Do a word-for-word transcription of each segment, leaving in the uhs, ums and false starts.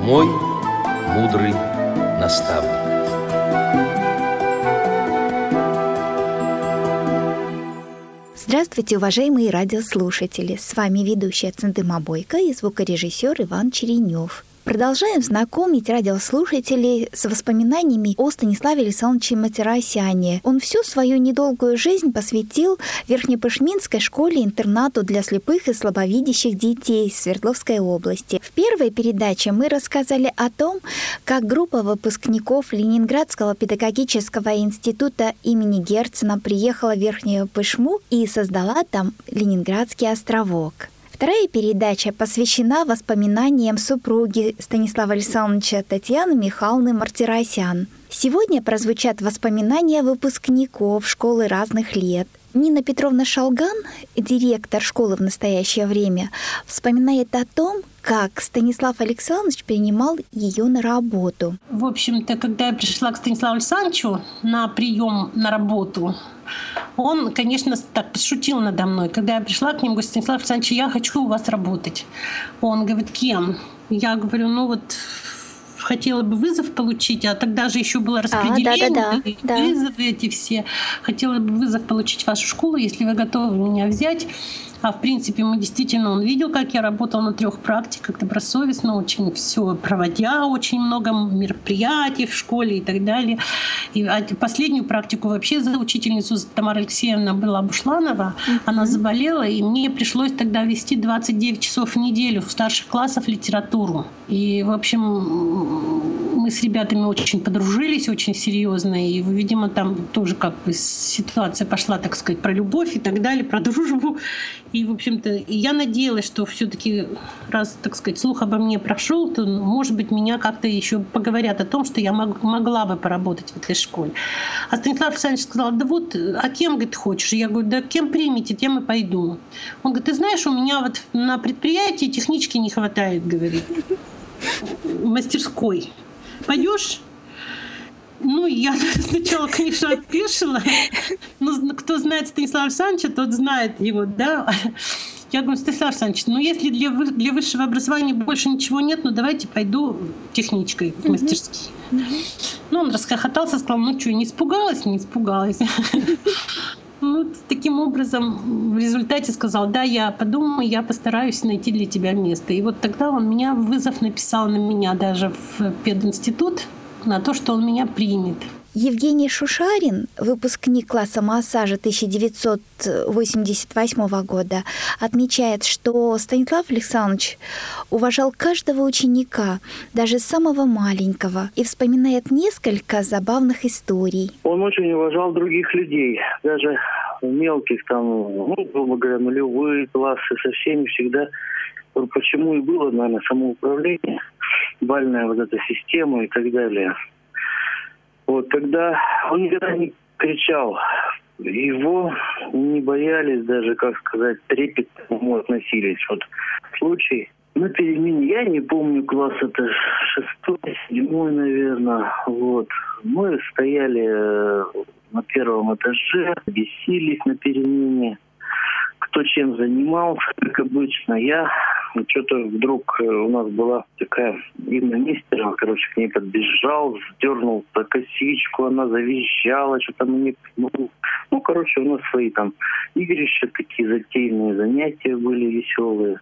Мой мудрый наставник. Здравствуйте, уважаемые радиослушатели! С вами ведущая Центыма Бойко и звукорежиссер Иван Черенев. Продолжаем знакомить радиослушателей с воспоминаниями о Станиславе Александровиче Мартиросяне. Он всю свою недолгую жизнь посвятил Верхнепышминской школе-интернату для слепых и слабовидящих детей Свердловской области. В первой передаче мы рассказали о том, как группа выпускников Ленинградского педагогического института имени Герцена приехала в Верхнюю Пышму и создала там Ленинградский островок. Вторая передача посвящена воспоминаниям супруги Станислава Александровича Татьяны Михайловны Мартиросян. Сегодня прозвучат воспоминания выпускников школы разных лет. Нина Петровна Шалган, директор школы в настоящее время, вспоминает о том, как Станислав Александрович принимал ее на работу. В общем-то, когда я пришла к Станиславу Александровичу на прием на работу, он, конечно, так пошутил надо мной. Когда я пришла к нему, говорю: Станислав Александрович, я хочу у вас работать. Он говорит: кем? Я говорю: ну вот хотела бы вызов получить, а тогда же еще было распределение, а, да, да, да, вызовы да. эти все. Хотела бы вызов получить в вашу школу, если вы готовы меня взять. А в принципе, мы действительно, он видел, как я работала на трех практиках, добросовестно очень все проводя, очень много мероприятий в школе и так далее. И последнюю практику вообще за учительницу Тамара Алексеевна была Бушланова. Mm-hmm. Она заболела, и мне пришлось тогда вести двадцать девять часов в неделю в старших классах литературу. И, в общем, мы с ребятами очень подружились, очень серьезно. И, видимо, там тоже как бы ситуация пошла, так сказать, про любовь и так далее, про дружбу. И, в общем-то, я надеялась, что все-таки, раз, так сказать, слух обо мне прошел, то, может быть, меня как-то еще поговорят о том, что я мог, могла бы поработать в этой школе. А Станислав Александрович сказал: да вот, а кем, говорит, хочешь? Я говорю: да кем примете, тем и пойду. Он говорит: ты знаешь, у меня вот на предприятии технички не хватает, говорит, мастерской. Пойдешь? Ну, я сначала, конечно, опешила. Но кто знает Станислава Александровича, тот знает его, да. Я говорю: Станислав Александрович, ну если для, вы, для высшего образования больше ничего нет, ну давайте пойду техничкой в мастерские. Mm-hmm. Ну, он расхохотался, сказал: ну что, не испугалась? Не испугалась. Ну, таким образом, в результате сказал: да, я подумаю, я постараюсь найти для тебя место. И вот тогда он меня, вызов написал на меня даже в пединститут, на то, что он меня примет. Евгений Шушарин, выпускник класса массажа тысяча девятьсот восемьдесят восьмого года, отмечает, что Станислав Александрович уважал каждого ученика, даже самого маленького, и вспоминает несколько забавных историй. Он очень уважал других людей, даже мелких, там, ну, грубо говоря, нулевые классы, со всеми всегда. Почему и было, наверное, самоуправление, бальная вот эта система и так далее. Вот тогда он никогда не кричал. Его не боялись даже, как сказать, трепетно к нему относились. Вот случай на перемене, я не помню, класс это шестой, седьмой, наверное. Вот. Мы стояли на первом этаже, бесились на перемене. Кто чем занимался, как обычно. Я что-то вдруг у нас была такая Инна Нестерова, короче, к ней подбежал, сдернул за косичку, она завизжала, что-то мне... Ну, ну, короче, у нас свои там игрища, такие затейные занятия были веселые.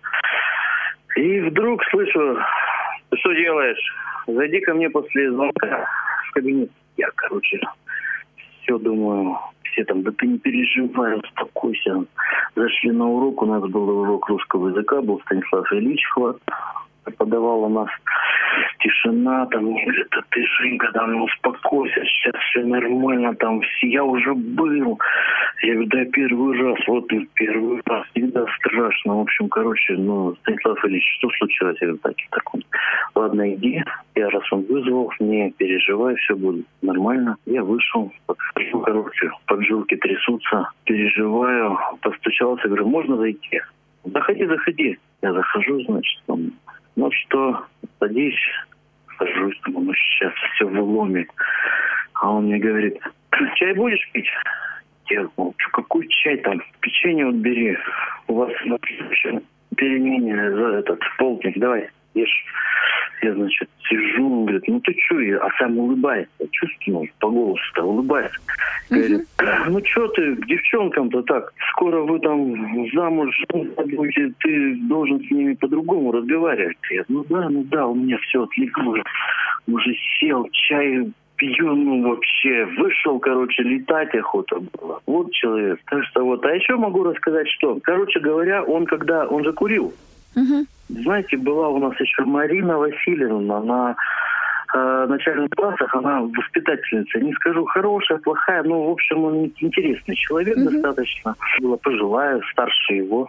И вдруг слышу: ты что делаешь? Зайди ко мне после звонка в кабинет. Я, короче, все думаю... Все там: да ты не переживай, успокойся. Зашли на урок, у нас был урок русского языка, был Станислав Ильич Хват, преподавал у нас. Тишина, там, мне говорят: да ты, Женька, там, ну, успокойся, сейчас все нормально, там, все, я уже был. Я говорю: да первый раз, вот и первый раз, всегда страшно. В общем, короче, ну, Станислав Ильич, что случилось? Я говорю: так и так. Ладно, иди, я раз он вызвал, не переживай, все будет нормально. Я вышел, подхожу, короче, поджилки трясутся, переживаю, постучался, говорю: можно зайти? Заходи, заходи. Я захожу, значит, там, ну что, садись, сажусь, думаю, ну сейчас все выломит. А он мне говорит: чай будешь пить? Я говорю: какой чай там? Печенье вот бери. У вас на следующем перемене за этот полдник, давай, ешь. Я, значит, сижу, он говорит, ну ты что, а сам улыбается. Чувствую, по голосу-то улыбается. Говорит, ну что ты к девчонкам-то так? Скоро вы там замуж будете, ты должен с ними по-другому разговаривать. Я, ну да, ну да, у меня все отлегло. Уже сел, чай пью, ну вообще, вышел, короче, летать охота была. Вот человек. Так что вот. А еще могу рассказать, что, короче говоря, он когда, он же курил. Угу. Знаете, была у нас еще Марина Васильевна на э, начальных классах, она воспитательница. Не скажу, хорошая, плохая, но, в общем, он интересный человек угу. достаточно. Была пожилая, старше его.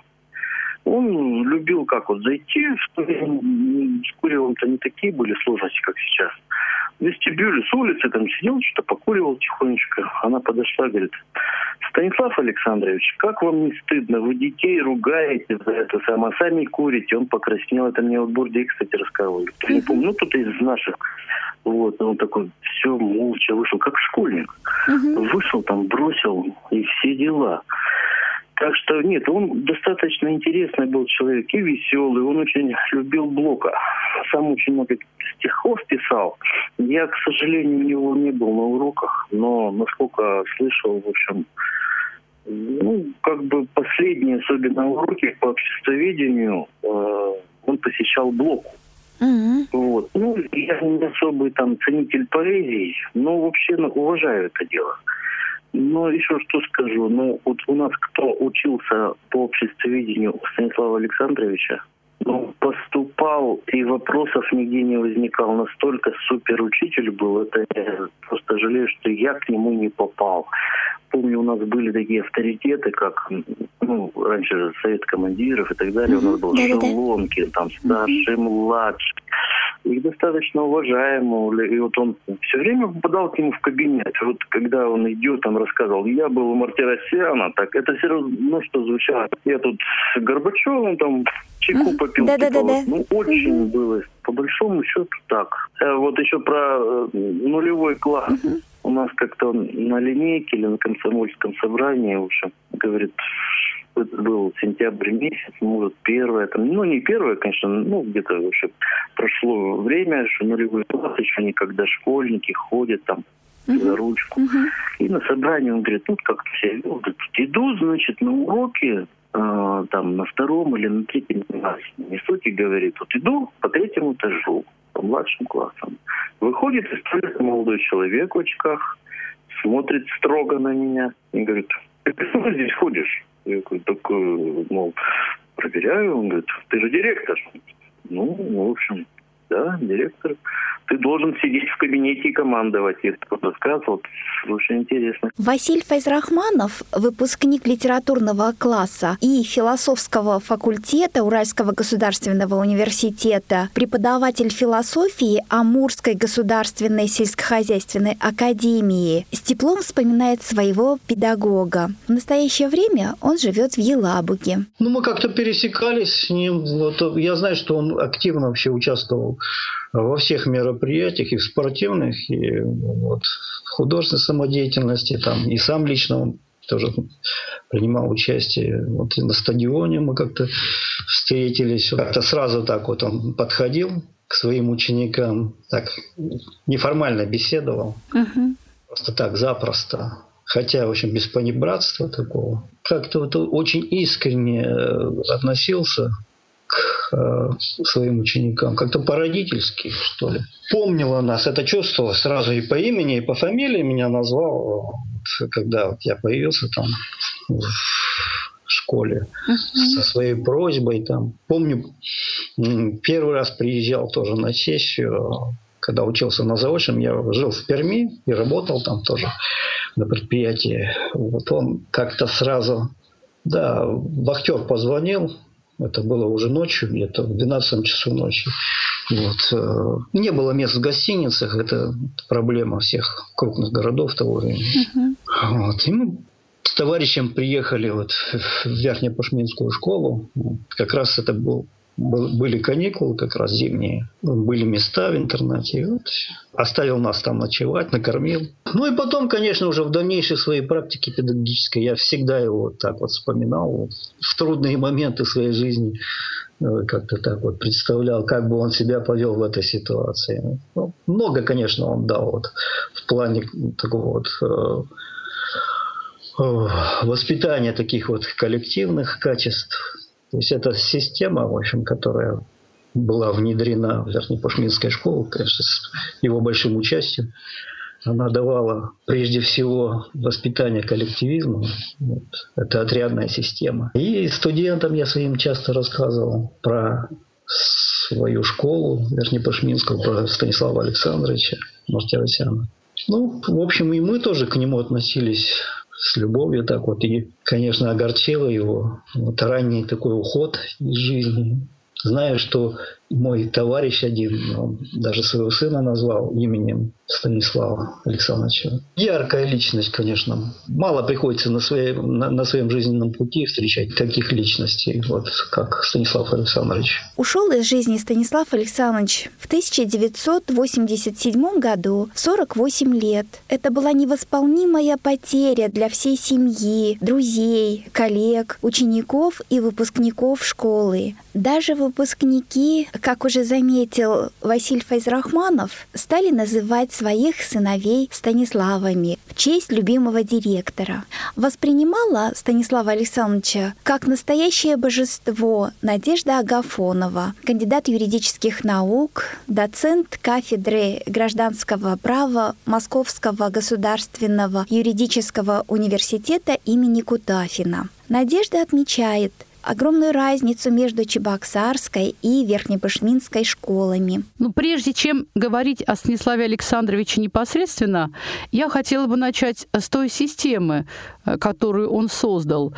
Он любил как вот зайти, с курилом-то не такие были сложности, как сейчас. В вестибюле с улицы там сидел, что-то покуривал тихонечко. Она подошла, говорит, Станислав Александрович, как вам не стыдно? Вы детей ругаете за это самое, сами курите. Он покраснел. Это мне вот Бурдей, кстати, рассказывал. Я не помню, ну тут из наших. Вот, он такой, все, молча вышел, как школьник. Uh-huh. Вышел там, бросил, и все дела. Так что нет, он достаточно интересный был человек и веселый. Он очень любил Блока. Сам очень много стихов писал. Я, к сожалению, у него не был на уроках, но насколько слышал, в общем, ну, как бы последние, особенно уроки по обществоведению, э, он посещал Блоку. Mm-hmm. Вот. Ну, я не особый там ценитель поэзии, но вообще ну, уважаю это дело. Но еще что скажу, ну вот у нас кто учился по обществоведению у Станислава Александровича, ну, поступал и вопросов нигде не возникал. Настолько супер учитель был, это я просто жалею, что я к нему не попал. Помню, у нас были такие авторитеты, как ну, раньше совет командиров и так далее. Mm-hmm. У нас был Шелонкин, там старший, младший. Их достаточно уважаемый. И вот он все время попадал к нему в кабинет. Вот когда он идет, там рассказывал, я был у Мартиросяна, так это все равно, ну, что звучало. Я тут с Горбачевым там чайку uh-huh. попил. Да, типа, да, да, вот. да. Ну, очень uh-huh. было, по большому счету, так. Вот еще про нулевой класс. Uh-huh. У нас как-то на линейке или на комсомольском собрании, в общем, говорит, это был сентябрь месяц, может, первое, там, ну, не первое, конечно, ну, где-то вообще прошло время, что нулевой класс, еще никогда школьники ходят там uh-huh. за ручку. Uh-huh. И на собрании он говорит, ну, как-то себя вел, иду, значит, на уроки, э, там, на втором или на третьем классе, не сути, говорит, вот иду по третьему этажу, по младшим классам. Выходит из туалета молодой человек в очках, смотрит строго на меня и говорит, ты почему здесь ходишь? Я говорю, так, мол, проверяю. Он говорит, ты же директор. Ну, в общем, да, директор. Ты должен сидеть в кабинете и командовать. Я это рассказывал. Очень интересно. Василь Файзрахманов, выпускник литературного класса и философского факультета Уральского государственного университета, преподаватель философии Амурской государственной сельскохозяйственной академии, с теплом вспоминает своего педагога. В настоящее время он живет в Елабуге. Ну, мы как-то пересекались с ним. Вот, я знаю, что он активно вообще участвовал во всех мероприятиях, и в спортивных, и вот, в художественной самодеятельности, там, и сам лично он тоже принимал участие. Вот, и на стадионе мы как-то встретились. Как-то сразу так вот он подходил к своим ученикам, так неформально беседовал, uh-huh. просто так, запросто. Хотя, в общем, без понебратства такого. Как-то вот очень искренне относился к э, своим ученикам, как-то по-родительски, что ли. Помнила нас, это чувствовала сразу и по имени, и по фамилии меня назвал, вот, когда вот я появился там в школе uh-huh. со своей просьбой. Там. Помню, первый раз приезжал тоже на сессию, когда учился на заочном, я жил в Перми и работал там тоже на предприятии. Вот он как-то сразу, да, вахтер позвонил. Это было уже ночью, где-то в двенадцатом часу ночи. Вот. Не было мест в гостиницах. Это проблема всех крупных городов того времени. Uh-huh. Вот. И мы с товарищем приехали вот в Верхнепашминскую школу. Как раз это был были каникулы как раз зимние, были места в интернате. И вот оставил нас там ночевать, накормил. Ну и потом, конечно, уже в дальнейшей своей практике педагогической я всегда его вот так вот вспоминал. Вот, в трудные моменты своей жизни как-то так вот представлял, как бы он себя повел в этой ситуации. Ну, много, конечно, он дал вот в плане такого вот э, воспитания таких вот коллективных качеств. То есть это система, в общем, которая была внедрена в Верхнепашминской школе, конечно, с его большим участием. Она давала прежде всего воспитание коллективизма. Вот. Это отрядная система. И студентам я своим часто рассказывал про свою школу Верхнепашминскую, про Станислава Александровича Мартиросяна. Ну, в общем, и мы тоже к нему относились с любовью так вот. И, конечно, огорчило его вот ранний такой уход из жизни. Знаю, что мой товарищ один, он даже своего сына назвал именем Станислава Александровича. Яркая личность, конечно. Мало приходится на, своей, на, на своем жизненном пути встречать таких личностей, вот как Станислав Александрович. Ушел из жизни Станислав Александрович в тысяча девятьсот восемьдесят седьмом году, в сорок восемь лет. Это была невосполнимая потеря для всей семьи, друзей, коллег, учеников и выпускников школы. Даже выпускники, как уже заметил Василь Файзрахманов, стали называть своих сыновей Станиславами в честь любимого директора. Воспринимала Станислава Александровича как настоящее божество Надежда Агафонова, кандидат юридических наук, доцент кафедры гражданского права Московского государственного юридического университета имени Кутафина. Надежда отмечает огромную разницу между Чебоксарской и Верхнепашминской школами. Ну, прежде чем говорить о Станиславе Александровиче непосредственно, я хотела бы начать с той системы, которую он создал.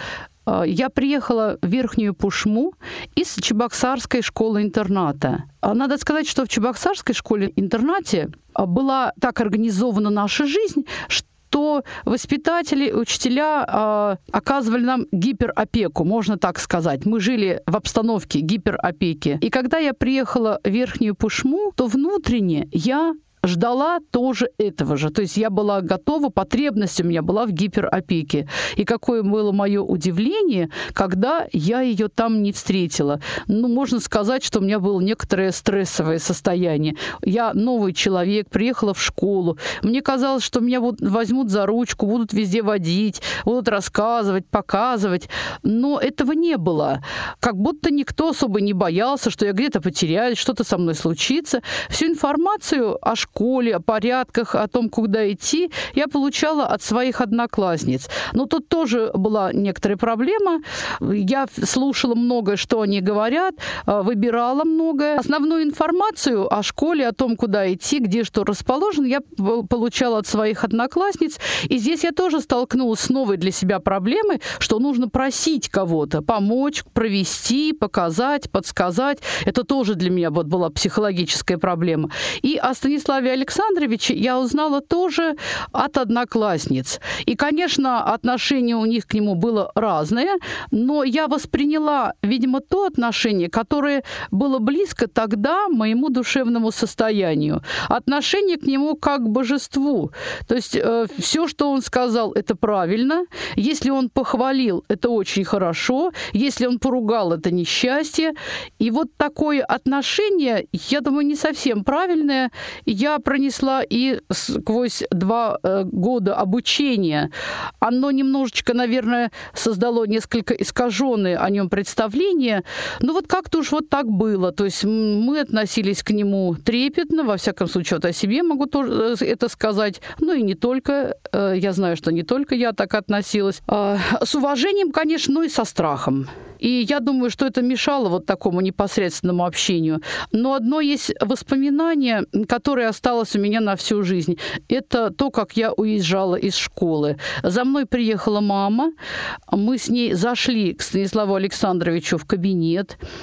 Я приехала в Верхнюю Пушму из Чебоксарской школы-интерната. Надо сказать, что в Чебоксарской школе-интернате была так организована наша жизнь, что то воспитатели, учителя э, оказывали нам гиперопеку, можно так сказать. Мы жили в обстановке гиперопеки. И когда я приехала в Верхнюю Пушму, то внутренне я ждала тоже этого же. То есть я была готова, потребность у меня была в гиперопеке. И какое было мое удивление, когда я ее там не встретила. Ну, можно сказать, что у меня было некоторое стрессовое состояние. Я новый человек, приехала в школу. Мне казалось, что меня вот возьмут за ручку, будут везде водить, будут рассказывать, показывать. Но этого не было. Как будто никто особо не боялся, что я где-то потеряюсь, что-то со мной случится. Всю информацию о школе, школе, о порядках, о том, куда идти, я получала от своих одноклассниц. Но тут тоже была некоторая проблема. Я слушала многое, что они говорят, выбирала многое. Основную информацию о школе, о том, куда идти, где что расположено, я получала от своих одноклассниц. И здесь я тоже столкнулась с новой для себя проблемой, что нужно просить кого-то помочь, провести, показать, подсказать. Это тоже для меня вот была психологическая проблема. И о Станиславе Александровиче я узнала тоже от одноклассниц. И, конечно, отношение у них к нему было разное, но я восприняла, видимо, то отношение, которое было близко тогда моему душевному состоянию. Отношение к нему как к божеству. То есть э, все, что он сказал, это правильно. Если он похвалил, это очень хорошо. Если он поругал, это несчастье. И вот такое отношение, я думаю, не совсем правильное, я пронесла и сквозь два э, года обучения. Оно немножечко, наверное, создало несколько искаженное о нем представление. Но вот как-то уж вот так было. То есть мы относились к нему трепетно, во всяком случае, вот о себе могу тоже это сказать. Ну и не только. Э, я знаю, что не только я так относилась. Э, с уважением, конечно, но и со страхом. И я думаю, что это мешало вот такому непосредственному общению. Но одно есть воспоминание, которое осталось у меня на всю жизнь. Это то, как я уезжала из школы. За мной приехала мама. Мы с ней зашли к Станиславу Александровичу в кабинет.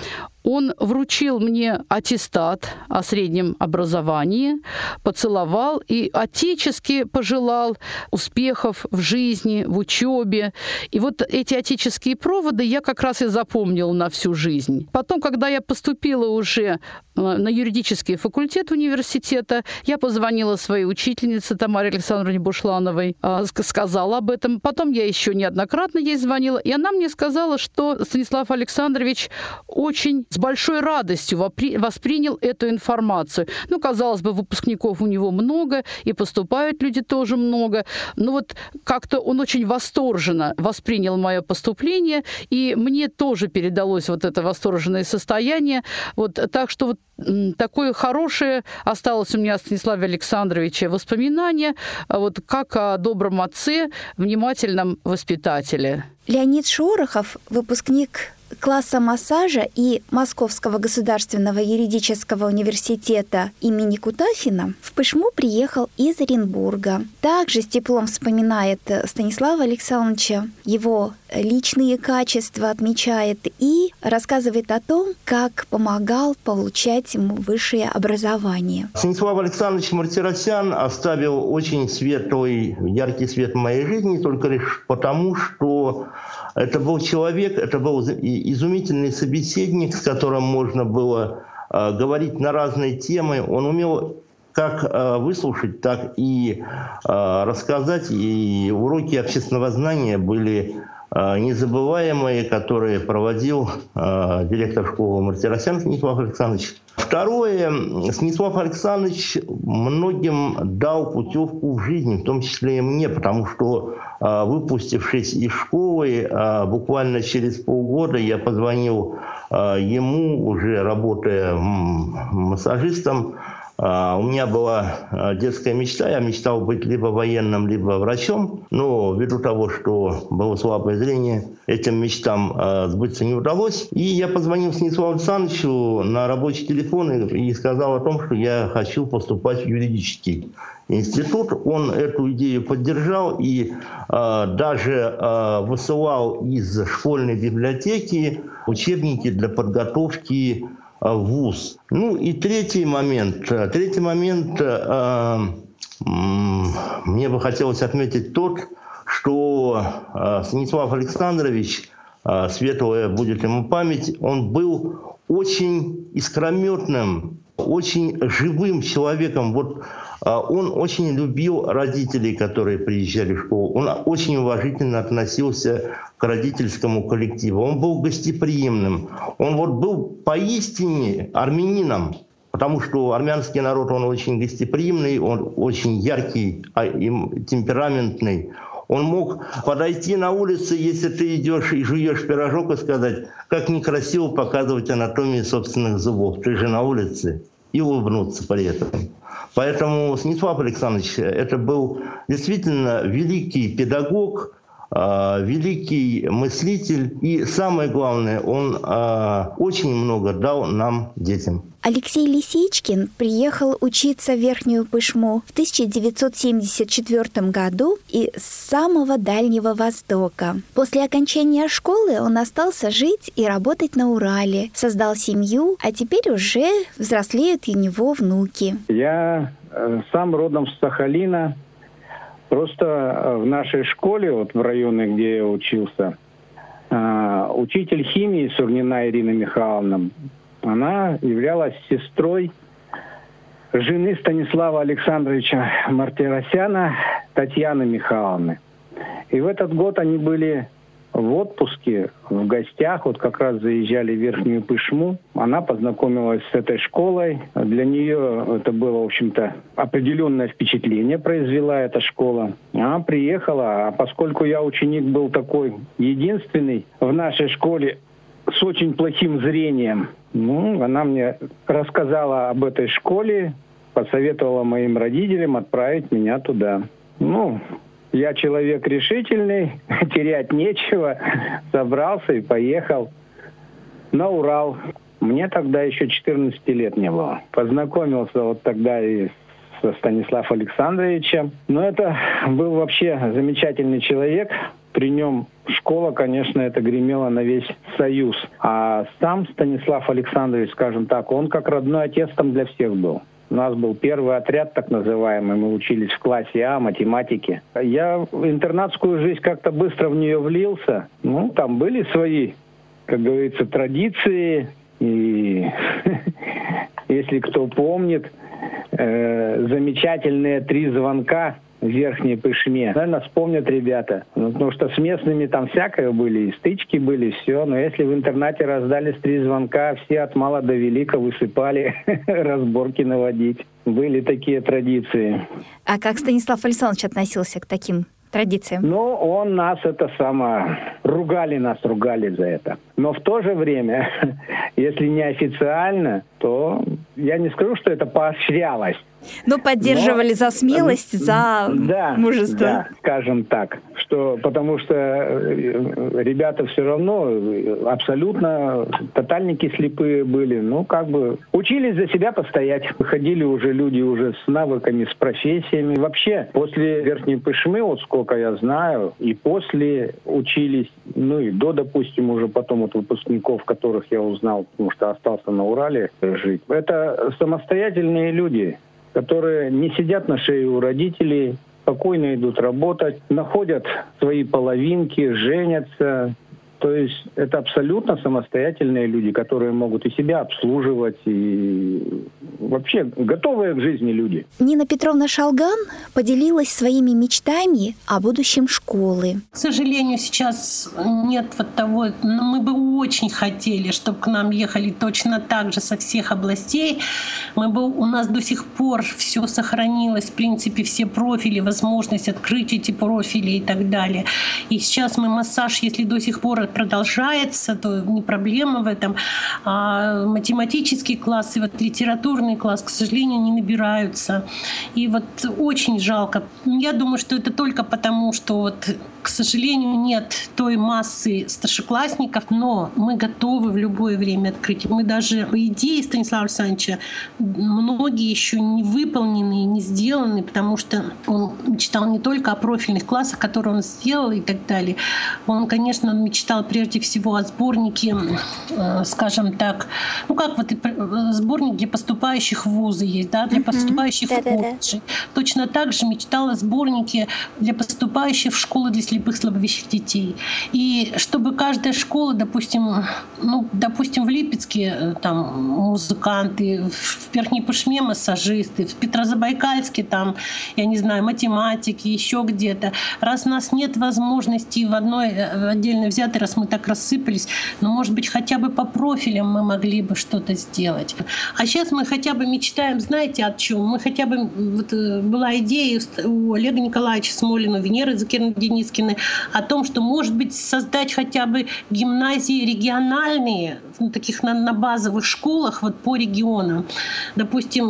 Он вручил мне аттестат о среднем образовании, поцеловал и отечески пожелал успехов в жизни, в учебе. И вот эти отеческие проводы я как раз и запомнила на всю жизнь. Потом, когда я поступила уже на юридический факультет университета, я позвонила своей учительнице Тамаре Александровне Бушлановой, сказала об этом. Потом я еще неоднократно ей звонила, и она мне сказала, что Станислав Александрович очень с большой радостью воспринял эту информацию. Ну, казалось бы, выпускников у него много, и поступают люди тоже много. Но вот как-то он очень восторженно воспринял мое поступление, и мне тоже передалось вот это восторженное состояние. Вот, так что вот такое хорошее осталось у меня от Станислава Александровича воспоминание, вот как о добром отце, внимательном воспитателе. Леонид Шорохов, выпускник класса массажа и Московского государственного юридического университета имени Кутафина, в Пышму приехал из Оренбурга. Также с теплом вспоминает Станислава Александровича, его личные качества отмечает и рассказывает о том, как помогал получать ему высшее образование. Станислав Александрович Мартиросян оставил очень светлый, яркий свет в моей жизни только лишь потому, что это был человек, это был изумительный собеседник, с которым можно было э, говорить на разные темы. Он умел как э, выслушать, так и э, рассказать. И уроки общественного знания были э, незабываемые, которые проводил э, директор школы Мартиросян Станислав Александрович. Второе, Станислав Александрович многим дал путевку в жизнь, в том числе и мне, потому что, выпустившись из школы, буквально через полгода я позвонил ему, уже работая массажистом. У меня была детская мечта, я мечтал быть либо военным, либо врачом, но ввиду того, что было слабое зрение, этим мечтам сбыться не удалось. И я позвонил Станиславу Александровичу на рабочий телефон и сказал о том, что я хочу поступать в юридический институт. Он эту идею поддержал и даже высылал из школьной библиотеки учебники для подготовки в вуз. Ну и третий момент. Третий момент, э, мне бы хотелось отметить тот, что э, Станислав Александрович, э, светлая будет ему память, он был очень искрометным, очень живым человеком. Вот э, он очень любил родителей, которые приезжали в школу. Он очень уважительно относился к родительскому коллективу. Он был гостеприимным. Он вот был поистине армянином, потому что армянский народ, он очень гостеприимный, он очень яркий, темпераментный. Он мог подойти на улице, если ты идешь и жуешь пирожок, и сказать, как некрасиво показывать анатомию собственных зубов. Ты же на улице. И улыбнуться при этом. Поэтому Станислав Александрович, это был действительно великий педагог, великий мыслитель. И самое главное, он очень много дал нам, детям. Алексей Лисичкин приехал учиться в Верхнюю Пышму в тысяча девятьсот семьдесят четвёртом году из самого Дальнего Востока. После окончания школы он остался жить и работать на Урале, создал семью, а теперь уже взрослеют у него внуки. Я сам родом с Сахалина. Просто в нашей школе, вот в районе, где я учился, учитель химии Сурнина Ирина Михайловна, она являлась сестрой жены Станислава Александровича Мартиросяна Татьяны Михайловны. И в этот год они были в отпуске, в гостях, вот как раз заезжали в Верхнюю Пышму. Она познакомилась с этой школой. Для нее это было, в общем-то, определенное впечатление произвела эта школа. Она приехала, а поскольку я ученик был такой единственный в нашей школе с очень плохим зрением, ну, она мне рассказала об этой школе, посоветовала моим родителям отправить меня туда. Ну, я человек решительный, терять нечего, собрался и поехал на Урал. Мне тогда еще четырнадцати лет не было. Познакомился вот тогда и со Станиславом Александровичем. Но это был вообще замечательный человек. при нем школа, конечно, это гремело на весь Союз. А сам Станислав Александрович, скажем так, он как родной отец там для всех был. У нас был первый отряд, так называемый, мы учились в классе А, математике. Я в интернатскую жизнь как-то быстро в нее влился. Ну, там были свои, как говорится, традиции. И если кто помнит, замечательные три звонка в Верхней Пышме. Наверное, вспомнят ребята. Ну, потому что с местными там всякое были, и стычки были, все. Но если в интернате раздались три звонка, все от мала до велика высыпали разборки наводить. Были такие традиции. А как Станислав Александрович относился к таким традициям? Ну, он нас это само... Ругали нас, ругали за это. Но в то же время, если не официально, то я не скажу, что это поощрялось. Ну, поддерживали Но, за смелость, за да, мужество. Да, скажем так. Что, потому что ребята все равно абсолютно тотальники слепые были. Ну, как бы учились за себя постоять. Выходили уже люди уже с навыками, с профессиями. Вообще, после Верхней Пышмы, вот сколько я знаю, и после учились, ну и до, допустим, уже потом вот выпускников, которых я узнал, потому что остался на Урале жить. Это самостоятельные люди, которые не сидят на шее у родителей, спокойно идут работать, находят свои половинки, женятся. То есть это абсолютно самостоятельные люди, которые могут и себя обслуживать, и вообще готовые к жизни люди. Нина Петровна Шалган поделилась своими мечтами о будущем школы. К сожалению, сейчас нет вот того, но мы бы очень хотели, чтобы к нам ехали точно так же со всех областей. Мы бы, у нас до сих пор все сохранилось, в принципе, все профили, возможность открыть эти профили и так далее. И сейчас мы массаж, если до сих пор продолжается, то не проблема в этом. А математические классы, вот литературный класс, к сожалению, не набираются. И вот очень жалко. Я думаю, что это только потому, что вот, к сожалению, нет той массы старшеклассников, но мы готовы в любое время открыть. Мы даже по идее Станислава Александровича многие еще не выполнены, не сделаны, потому что он мечтал не только о профильных классах, которые он сделал и так далее. Он, конечно, мечтал прежде всего о сборнике, скажем так, ну как вот сборник для поступающих в вузы есть, да, для поступающих mm-hmm. в колледжи. Точно так же мечтал о сборнике для поступающих в школы для слепых, слабовидящих детей. И чтобы каждая школа, допустим, ну, допустим, в Липецке там музыканты, в Верхней Пышме массажисты, в Петрозабайкальске там, я не знаю, математики, еще где-то. Раз у нас нет возможности в одной в отдельно взятой, раз мы так рассыпались, но, может быть, хотя бы по профилям мы могли бы что-то сделать. А сейчас мы хотя бы мечтаем, знаете, о чем? Мы хотя бы, вот, была идея у Олега Николаевича Смолина, Венеры Закирны Денискины о том, что, может быть, создать хотя бы гимназии региональные, ну, таких на, на базовых школах вот по регионам. Допустим,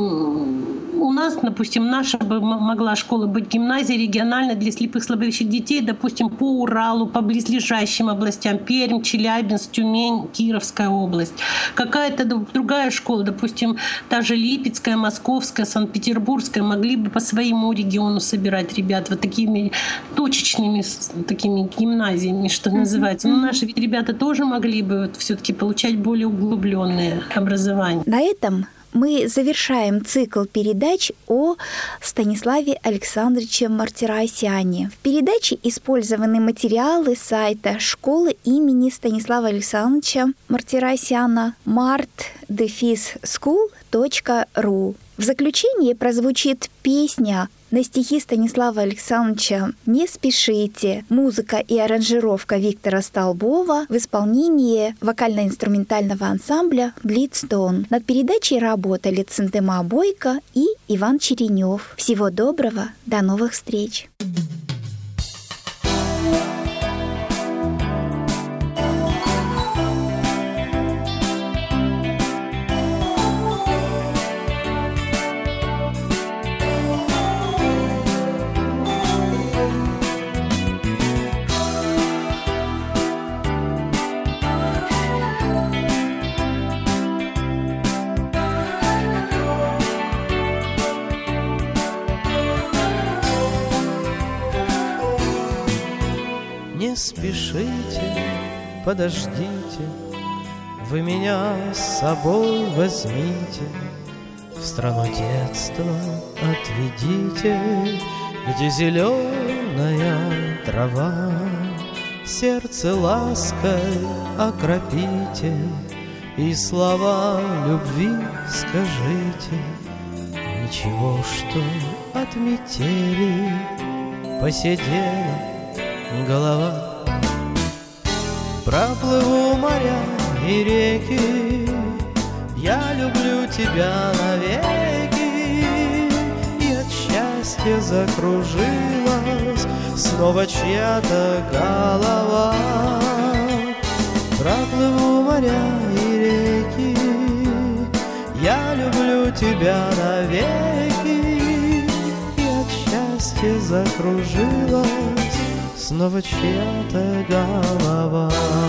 у нас, допустим, наша бы могла школа быть гимназией региональной для слепых, слабовидящих детей, допустим, по Уралу, по близлежащим областям, Пермь, Челябинск, Тюмень, Кировская область. Какая-то другая школа, допустим, та же Липецкая, Московская, Санкт-Петербургская, могли бы по своему региону собирать ребят вот такими точечными такими гимназиями, что называется. Но наши ведь ребята тоже могли бы вот все-таки получать более углубленное образование. На этом мы завершаем цикл передач о Станиславе Александровиче Мартиросяне. В передаче использованы материалы сайта школы имени Станислава Александровича Мартиросяна март дефис скул точка ру. В заключении прозвучит песня на стихи Станислава Александровича «Не спешите», музыка и аранжировка Виктора Столбова в исполнении вокально-инструментального ансамбля «Блицтон». Над передачей работали Центыма Бойко и Иван Черенев. Всего доброго, до новых встреч! спешите, подождите, вы меня с собой возьмите, в страну детства отведите, где зеленая трава, сердце лаской окропите и слова любви скажите. Ничего, что от метели поседела голова. Проплыву моря и реки, я люблю тебя навеки, и от счастья закружилась снова чья-то голова. Проплыву моря и реки, я люблю тебя навеки, и от счастья закружилась снова чья-то голова.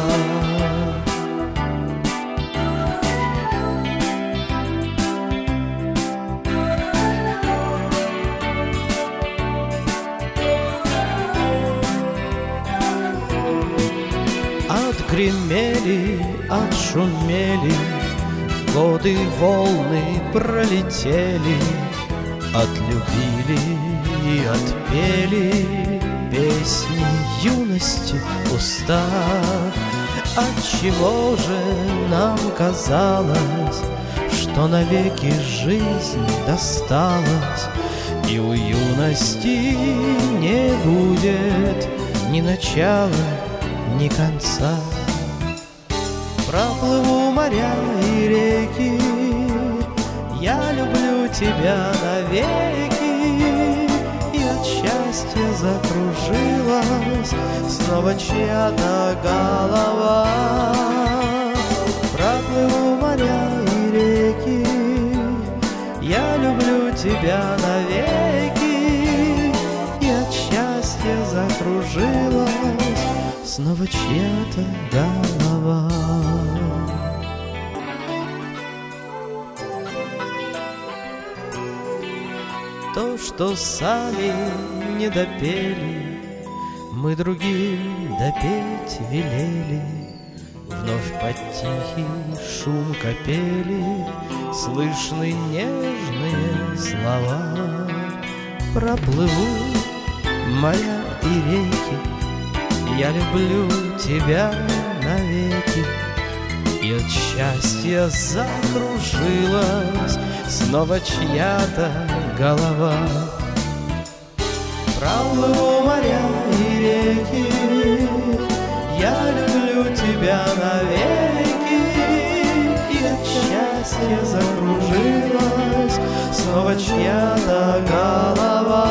Отгремели, отшумели, годы волны пролетели, отлюбили и отпели песни юности уста. Отчего же нам казалось, что навеки жизнь досталась, и у юности не будет ни начала, ни конца? Проплыву моря и реки, я люблю тебя навеки, и от счастья закружилась снова чья-то голова. Проплыву моря и реки, я люблю тебя навеки, и от счастья закружилась снова чья-то голова. То, что сами не допели, мы другим допеть велели. Вновь под тихий шум капели слышны нежные слова. Проплыву моря и реки, я люблю тебя навеки, и от счастья закружилась снова чья-то голова. Проплыву моря и реки, я люблю тебя навеки, и от счастья закружилась снова чья-то голова.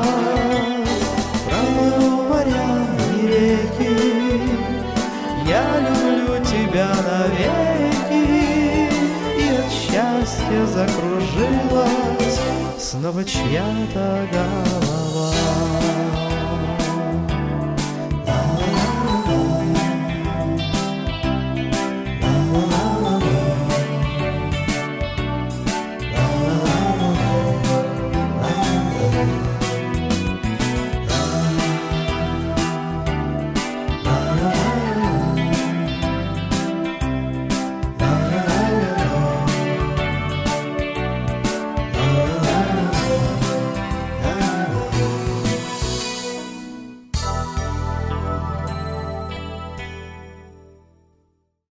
Проплыву моря и реки, я люблю тебя навеки, и от счастья закружилась снова чья-то голова.